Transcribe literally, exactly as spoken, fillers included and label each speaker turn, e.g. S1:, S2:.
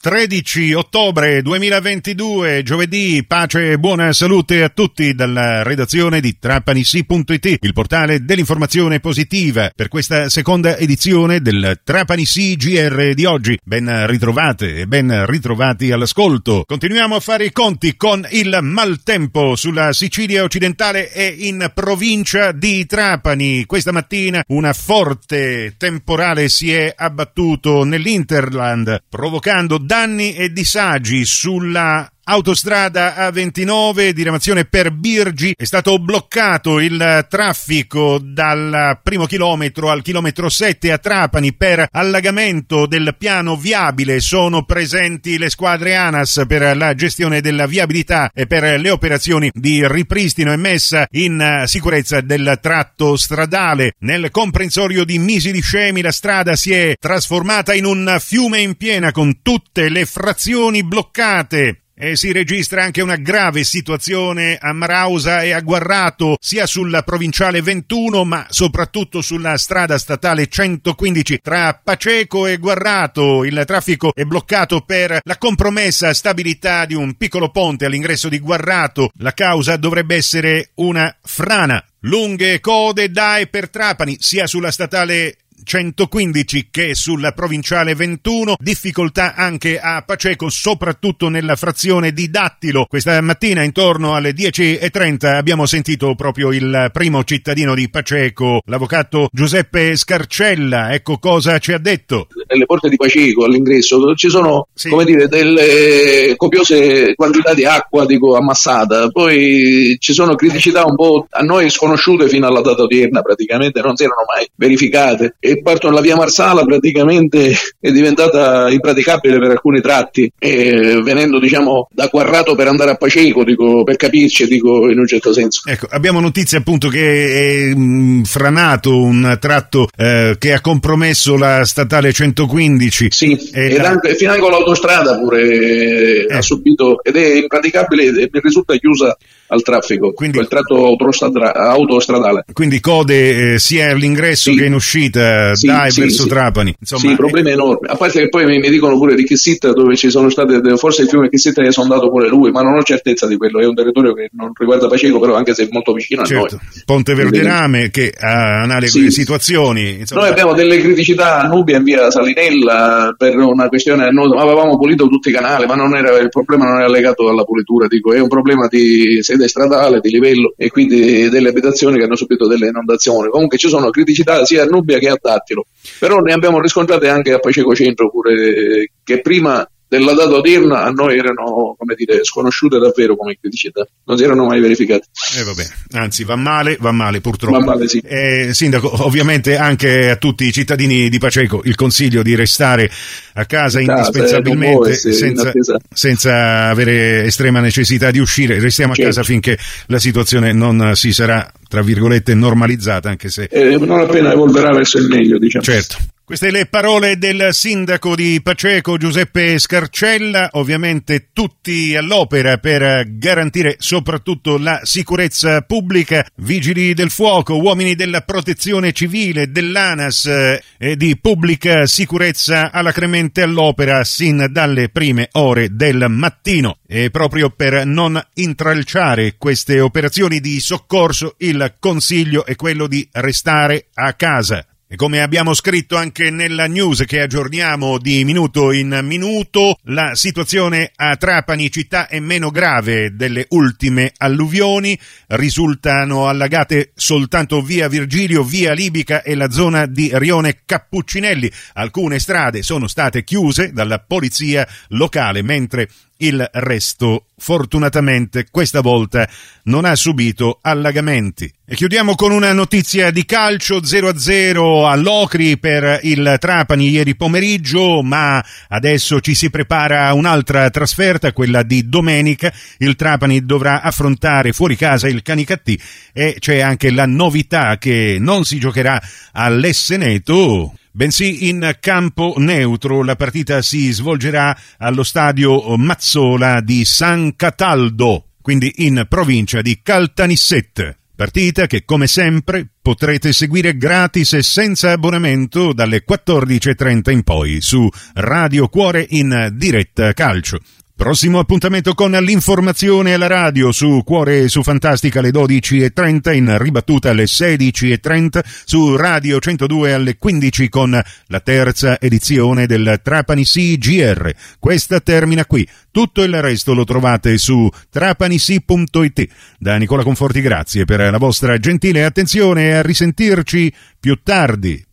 S1: tredici ottobre duemilaventidue, giovedì. Pace e buona salute a tutti dalla redazione di Trapani Si punto it, il portale dell'informazione positiva, per questa seconda edizione del Trapani Si G R di oggi. Ben ritrovate e ben ritrovati all'ascolto. Continuiamo a fare i conti con il maltempo sulla Sicilia occidentale e in provincia di Trapani. Questa mattina una forte temporale si è abbattuto nell'Interland, provocando danni e disagi sulla autostrada A ventinove, diramazione per Birgi. È stato bloccato il traffico dal primo chilometro al chilometro sette a Trapani per allagamento del piano viabile. Sono presenti le squadre ANAS per la gestione della viabilità e per le operazioni di ripristino e messa in sicurezza del tratto stradale. Nel comprensorio di Misi di Scemi la strada si è trasformata in un fiume in piena con tutte le frazioni bloccate. E si registra anche una grave situazione a Marausa e a Guarrato, sia sulla provinciale ventuno ma soprattutto sulla strada statale centoquindici tra Paceco e Guarrato. Il traffico è bloccato per la compromessa stabilità di un piccolo ponte all'ingresso di Guarrato. La causa dovrebbe essere una frana. Lunghe code da e per Trapani, sia sulla statale centoquindici che sulla provinciale ventuno, difficoltà anche a Paceco, soprattutto nella frazione di Dattilo. Questa mattina intorno alle dieci e trenta abbiamo sentito proprio il primo cittadino di Paceco, l'avvocato Giuseppe Scarcella. Ecco cosa ci ha detto.
S2: Nelle porte di Paceco all'ingresso ci sono, sì, come dire, delle copiose quantità di acqua, dico, ammassata. Poi ci sono criticità un po' a noi sconosciute fino alla data odierna, praticamente non si erano mai verificate. E partono la via Marsala, praticamente è diventata impraticabile per alcuni tratti, e venendo diciamo da Guarrato per andare a Paceco, dico, per capirci, dico, in un certo senso.
S1: Ecco, abbiamo notizie appunto che è mh, franato un tratto eh, che ha compromesso la statale centoquindici.
S2: Sì, ed la... anche financo l'autostrada pure eh. ha subito, ed è impraticabile e mi risulta chiusa al traffico, quindi quel tratto autostrada- autostradale.
S1: Quindi code eh, sia all'ingresso, sì, che in uscita,
S2: sì,
S1: da e
S2: sì,
S1: verso
S2: sì.
S1: Trapani. Insomma,
S2: sì, problemi
S1: è...
S2: enormi. A parte che poi mi, mi dicono pure di Chissitta, dove ci sono state, forse il fiume Chissitta che è sondato pure lui, ma non ho certezza di quello. È un territorio che non riguarda Paceco, però anche se è molto vicino, certo, a noi.
S1: Ponte Verderame che ha analoghe sì, situazioni. Insomma...
S2: Noi abbiamo delle criticità a Nubia in via Salinella per una questione, noi avevamo pulito tutti i canali, ma non era, il problema non era legato alla pulitura, dico, è un problema di sede stradale, di livello, e quindi delle abitazioni che hanno subito delle inondazioni. Comunque ci sono criticità sia a Nubia che a Dattilo, però ne abbiamo riscontrate anche a Paceco Centro pure, che prima della data odierna a noi erano, come dire, sconosciute davvero come criticità, non si erano mai verificate.
S1: E eh vabbè, anzi va male, va male purtroppo.
S2: Va male, sì.
S1: Eh, sindaco, ovviamente anche a tutti i cittadini di Paceco il consiglio di restare a casa indispensabilmente, senza, senza avere estrema necessità di uscire. Restiamo a certo. casa finché la situazione non si sarà, tra virgolette, normalizzata, anche se
S2: eh, non appena evolverà verso il meglio, diciamo.
S1: Certo. Queste le parole del sindaco di Paceco Giuseppe Scarcella, ovviamente tutti all'opera per garantire soprattutto la sicurezza pubblica, vigili del fuoco, uomini della protezione civile, dell'ANAS e di pubblica sicurezza alacremente all'opera sin dalle prime ore del mattino. E proprio per non intralciare queste operazioni di soccorso il consiglio è quello di restare a casa. E come abbiamo scritto anche nella news che aggiorniamo di minuto in minuto, la situazione a Trapani città è meno grave delle ultime alluvioni. Risultano allagate soltanto via Virgilio, via Libica e la zona di Rione Cappuccinelli. Alcune strade sono state chiuse dalla polizia locale, mentre il resto, fortunatamente, questa volta non ha subito allagamenti. E chiudiamo con una notizia di calcio: zero a zero all'Ocri per il Trapani ieri pomeriggio, ma adesso ci si prepara a un'altra trasferta, quella di domenica. Il Trapani dovrà affrontare fuori casa il Canicattì e c'è anche la novità che non si giocherà all'Esseneto, bensì in campo neutro. La partita si svolgerà allo stadio Mazzola di San Cataldo, quindi in provincia di Caltanissette. Partita che, come sempre, potrete seguire gratis e senza abbonamento dalle quattordici e trenta in poi su Radio Cuore in diretta calcio. Prossimo appuntamento con l'informazione alla radio su Cuore e su Fantastica alle dodici e trenta, in ribattuta alle sedici e trenta, su Radio centodue alle quindici con la terza edizione del Trapani Sì G R. Questa termina qui. Tutto il resto lo trovate su trapanisi punto it. Da Nicola Conforti grazie per la vostra gentile attenzione e a risentirci più tardi.